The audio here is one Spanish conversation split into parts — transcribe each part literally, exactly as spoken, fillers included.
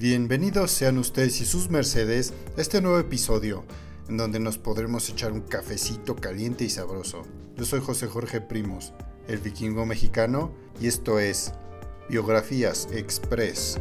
Bienvenidos sean ustedes y sus mercedes a este nuevo episodio, en donde nos podremos echar un cafecito caliente y sabroso. Yo soy José Jorge Primos, el vikingo mexicano, y esto es Biografías Express.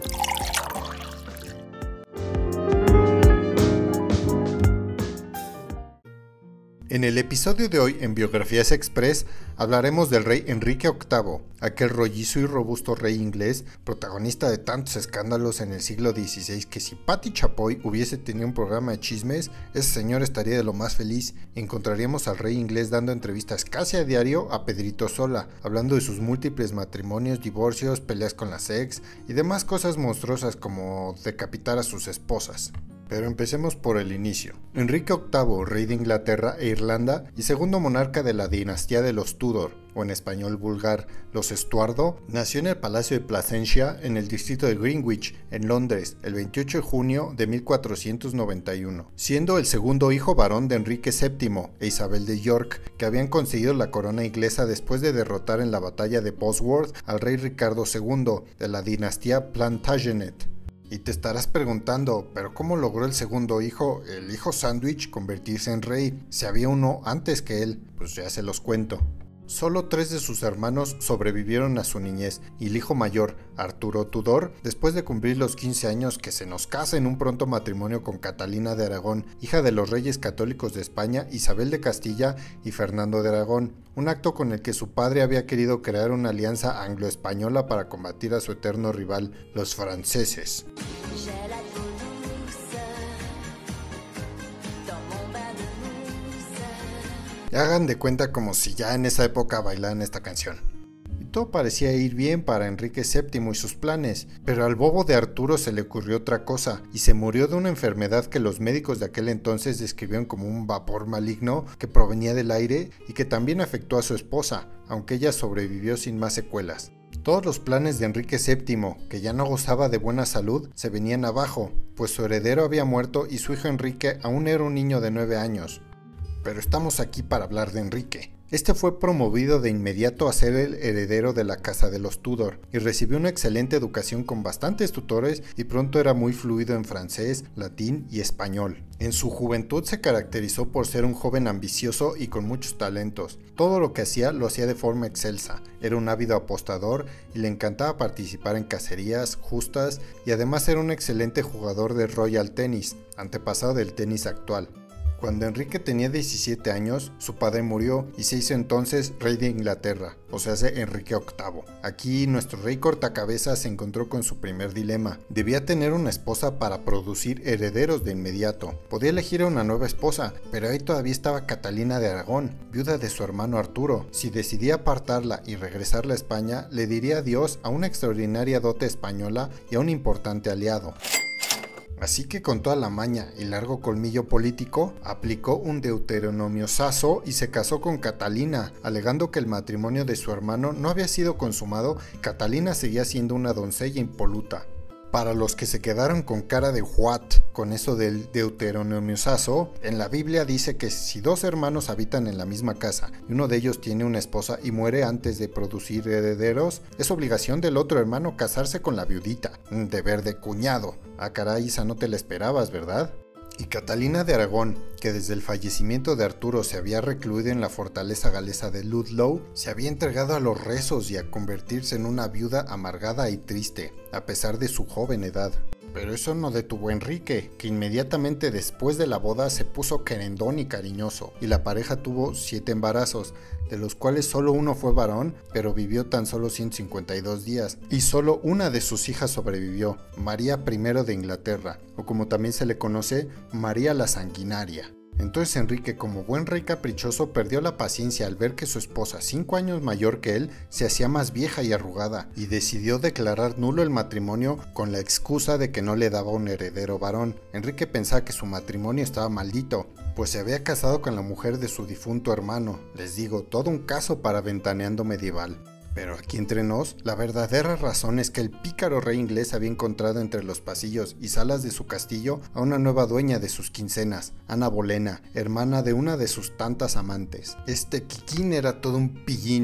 En el episodio de hoy, en Biografías Express, hablaremos del rey Enrique octavo, aquel rollizo y robusto rey inglés, protagonista de tantos escándalos en el siglo dieciséis que si Patti Chapoy hubiese tenido un programa de chismes, ese señor estaría de lo más feliz. Encontraríamos al rey inglés dando entrevistas casi a diario a Pedrito Sola, hablando de sus múltiples matrimonios, divorcios, peleas con las ex y demás cosas monstruosas como decapitar a sus esposas. Pero empecemos por el inicio. Enrique octavo, rey de Inglaterra e Irlanda y segundo monarca de la dinastía de los Tudor, o en español vulgar, los Estuardo, nació en el Palacio de Placentia, en el distrito de Greenwich, en Londres, el veintiocho de junio de mil cuatrocientos noventa y uno, siendo el segundo hijo varón de Enrique séptimo e Isabel de York, que habían conseguido la corona inglesa después de derrotar en la batalla de Bosworth al rey Ricardo segundo, de la dinastía Plantagenet. Y te estarás preguntando, ¿pero cómo logró el segundo hijo, el hijo sándwich, convertirse en rey? Si había uno antes que él, pues ya se los cuento. Solo tres de sus hermanos sobrevivieron a su niñez y el hijo mayor, Arturo Tudor, después de cumplir los quince años que se nos casa en un pronto matrimonio con Catalina de Aragón, hija de los reyes católicos de España, Isabel de Castilla y Fernando de Aragón, un acto con el que su padre había querido crear una alianza anglo-española para combatir a su eterno rival, los franceses. Hagan de cuenta como si ya en esa época bailaran esta canción. Y todo parecía ir bien para Enrique séptimo y sus planes, pero al bobo de Arturo se le ocurrió otra cosa y se murió de una enfermedad que los médicos de aquel entonces describieron como un vapor maligno que provenía del aire y que también afectó a su esposa, aunque ella sobrevivió sin más secuelas. Todos los planes de Enrique séptimo, que ya no gozaba de buena salud, se venían abajo, pues su heredero había muerto y su hijo Enrique aún era un niño de nueve años. Pero estamos aquí para hablar de Enrique. Este fue promovido de inmediato a ser el heredero de la casa de los Tudor y recibió una excelente educación con bastantes tutores y pronto era muy fluido en francés, latín y español. En su juventud se caracterizó por ser un joven ambicioso y con muchos talentos. Todo lo que hacía lo hacía de forma excelsa. Era un ávido apostador y le encantaba participar en cacerías, justas y además era un excelente jugador de Royal Tennis, antepasado del tenis actual. Cuando Enrique tenía diecisiete años, su padre murió y se hizo entonces rey de Inglaterra, o sea, Enrique octavo. Aquí nuestro rey cortacabezas se encontró con su primer dilema. Debía tener una esposa para producir herederos de inmediato. Podía elegir a una nueva esposa, pero ahí todavía estaba Catalina de Aragón, viuda de su hermano Arturo. Si decidía apartarla y regresarla a España, le diría adiós a una extraordinaria dote española y a un importante aliado. Así que con toda la maña y largo colmillo político, aplicó un deuteronomio saso y se casó con Catalina, alegando que el matrimonio de su hermano no había sido consumado. Catalina seguía siendo una doncella impoluta. Para los que se quedaron con cara de what con eso del deuteronomio saso, en la Biblia dice que si dos hermanos habitan en la misma casa y uno de ellos tiene una esposa y muere antes de producir herederos, es obligación del otro hermano casarse con la viudita, un deber de cuñado. Ah, caray, esa no te la esperabas, ¿verdad? Y Catalina de Aragón, que desde el fallecimiento de Arturo se había recluido en la fortaleza galesa de Ludlow, se había entregado a los rezos y a convertirse en una viuda amargada y triste, a pesar de su joven edad. Pero eso no detuvo a Enrique, que inmediatamente después de la boda se puso querendón y cariñoso, y la pareja tuvo siete embarazos, de los cuales solo uno fue varón, pero vivió tan solo ciento cincuenta y dos días, y solo una de sus hijas sobrevivió, María primero de Inglaterra, o como también se le conoce, María la Sanguinaria. Entonces Enrique, como buen rey caprichoso, perdió la paciencia al ver que su esposa, cinco años mayor que él, se hacía más vieja y arrugada, y decidió declarar nulo el matrimonio con la excusa de que no le daba un heredero varón. Enrique pensaba que su matrimonio estaba maldito, pues se había casado con la mujer de su difunto hermano. Les digo, todo un caso para Ventaneando Medieval. Pero aquí entre nos, la verdadera razón es que el pícaro rey inglés había encontrado entre los pasillos y salas de su castillo a una nueva dueña de sus quincenas, Ana Bolena, hermana de una de sus tantas amantes. Este Kikín era todo un pillín.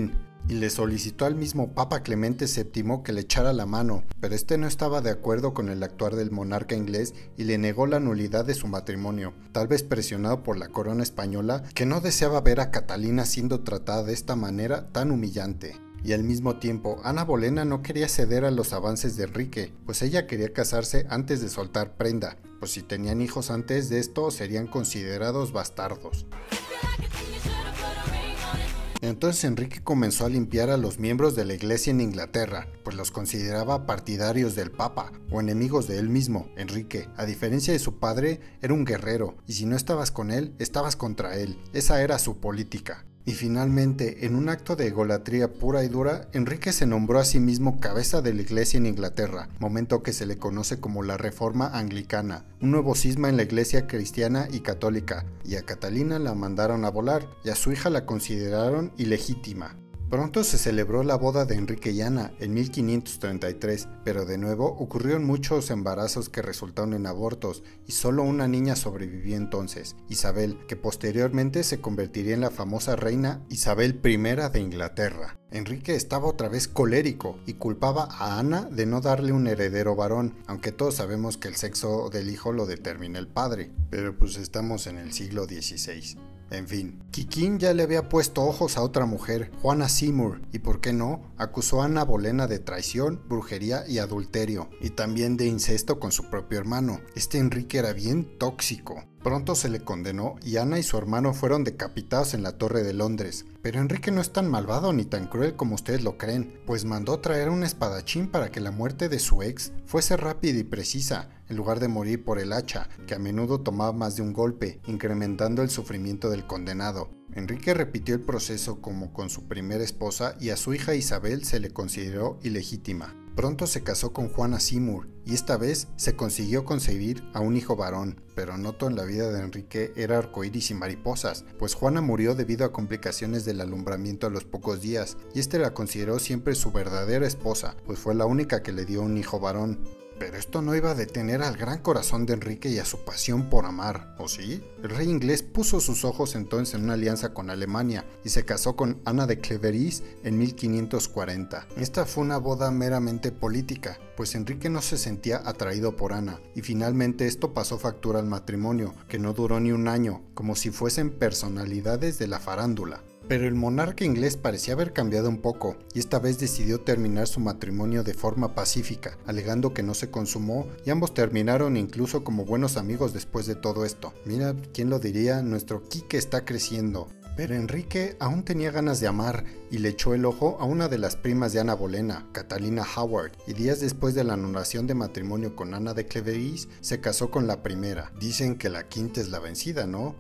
y le solicitó al mismo Papa Clemente séptimo que le echara la mano, pero este no estaba de acuerdo con el actuar del monarca inglés y le negó la nulidad de su matrimonio, tal vez presionado por la corona española, que no deseaba ver a Catalina siendo tratada de esta manera tan humillante. Y al mismo tiempo, Ana Bolena no quería ceder a los avances de Enrique, pues ella quería casarse antes de soltar prenda, pues si tenían hijos antes de esto serían considerados bastardos. Entonces Enrique comenzó a limpiar a los miembros de la iglesia en Inglaterra, pues los consideraba partidarios del Papa o enemigos de él mismo. Enrique, a diferencia de su padre, era un guerrero, y si no estabas con él, estabas contra él. Esa era su política. Y finalmente, en un acto de egolatría pura y dura, Enrique se nombró a sí mismo cabeza de la iglesia en Inglaterra, momento que se le conoce como la Reforma Anglicana, un nuevo cisma en la iglesia cristiana y católica, y a Catalina la mandaron a volar, y a su hija la consideraron ilegítima. Pronto se celebró la boda de Enrique y Ana en mil quinientos treinta y tres, pero de nuevo ocurrieron muchos embarazos que resultaron en abortos y solo una niña sobrevivió entonces, Isabel, que posteriormente se convertiría en la famosa reina Isabel primera de Inglaterra. Enrique estaba otra vez colérico y culpaba a Ana de no darle un heredero varón, aunque todos sabemos que el sexo del hijo lo determina el padre, pero pues estamos en el siglo dieciséis. En fin, Kikín ya le había puesto ojos a otra mujer, Juana Seymour, y por qué no, acusó a Ana Bolena de traición, brujería y adulterio, y también de incesto con su propio hermano. Este Enrique era bien tóxico. Pronto se le condenó y Ana y su hermano fueron decapitados en la Torre de Londres. Pero Enrique no es tan malvado ni tan cruel como ustedes lo creen, pues mandó traer un espadachín para que la muerte de su ex fuese rápida y precisa, en lugar de morir por el hacha, que a menudo tomaba más de un golpe, incrementando el sufrimiento del condenado. Enrique repitió el proceso como con su primera esposa y a su hija Isabel se le consideró ilegítima. Pronto se casó con Juana Seymour y esta vez se consiguió concebir a un hijo varón, pero no todo en la vida de Enrique era arcoíris y mariposas, pues Juana murió debido a complicaciones del alumbramiento a los pocos días y este la consideró siempre su verdadera esposa, pues fue la única que le dio un hijo varón. Pero esto no iba a detener al gran corazón de Enrique y a su pasión por amar, ¿o sí? El rey inglés puso sus ojos entonces en una alianza con Alemania y se casó con Ana de Cleveris en mil quinientos cuarenta. Esta fue una boda meramente política, pues Enrique no se sentía atraído por Ana, y finalmente esto pasó factura al matrimonio, que no duró ni un año, como si fuesen personalidades de la farándula. Pero el monarca inglés parecía haber cambiado un poco, y esta vez decidió terminar su matrimonio de forma pacífica, alegando que no se consumó, y ambos terminaron incluso como buenos amigos después de todo esto. Mira, ¿quién lo diría? Nuestro Quique está creciendo. Pero Enrique aún tenía ganas de amar y le echó el ojo a una de las primas de Ana Bolena, Catalina Howard, y días después de la anulación de matrimonio con Ana de Cleveris, se casó con la primera. Dicen que la quinta es la vencida, ¿no?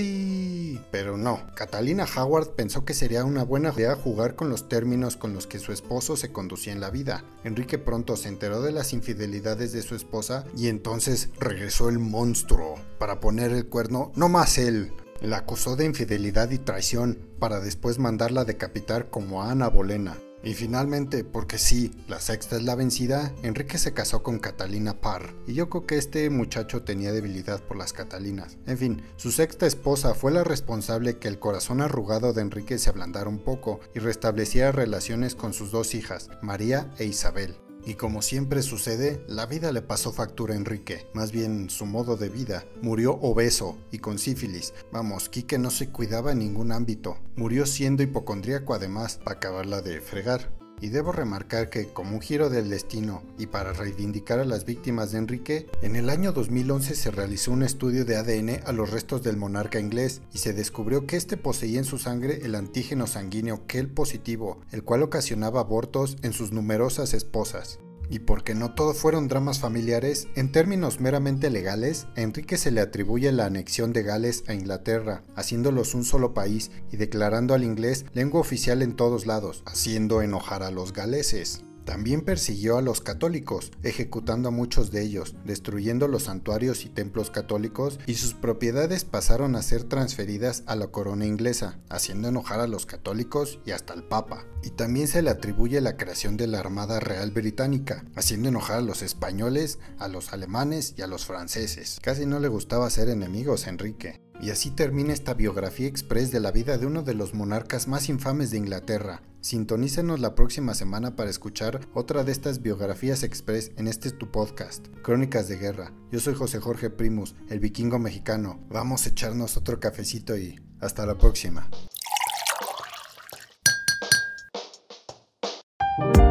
¡Yay! Pero no, Catalina Howard pensó que sería una buena idea jugar con los términos con los que su esposo se conducía en la vida. Enrique pronto se enteró de las infidelidades de su esposa y entonces regresó el monstruo para poner el cuerno, no más él. La acusó de infidelidad y traición para después mandarla a decapitar como a Ana Bolena. Y finalmente, porque sí, la sexta es la vencida, Enrique se casó con Catalina Parr, y yo creo que este muchacho tenía debilidad por las Catalinas. En fin, su sexta esposa fue la responsable que el corazón arrugado de Enrique se ablandara un poco y restableciera relaciones con sus dos hijas, María e Isabel. Y como siempre sucede, la vida le pasó factura a Enrique, más bien su modo de vida. Murió obeso y con sífilis. Vamos, Quique no se cuidaba en ningún ámbito. Murió siendo hipocondríaco además, para acabarla de fregar. Y debo remarcar que, como un giro del destino y para reivindicar a las víctimas de Enrique, en el año dos mil once se realizó un estudio de A D N a los restos del monarca inglés y se descubrió que este poseía en su sangre el antígeno sanguíneo Kell positivo, el cual ocasionaba abortos en sus numerosas esposas. Y porque no todo fueron dramas familiares, en términos meramente legales, a Enrique se le atribuye la anexión de Gales a Inglaterra, haciéndolos un solo país y declarando al inglés lengua oficial en todos lados, haciendo enojar a los galeses. También persiguió a los católicos, ejecutando a muchos de ellos, destruyendo los santuarios y templos católicos, y sus propiedades pasaron a ser transferidas a la corona inglesa, haciendo enojar a los católicos y hasta al Papa. Y también se le atribuye la creación de la Armada Real Británica, haciendo enojar a los españoles, a los alemanes y a los franceses. Casi no le gustaba ser enemigos a Enrique. Y así termina esta biografía express de la vida de uno de los monarcas más infames de Inglaterra. Sintonícenos la próxima semana para escuchar otra de estas biografías express en este tu podcast, Crónicas de Guerra. Yo soy José Jorge Primus, el vikingo mexicano. Vamos a echarnos otro cafecito y hasta la próxima.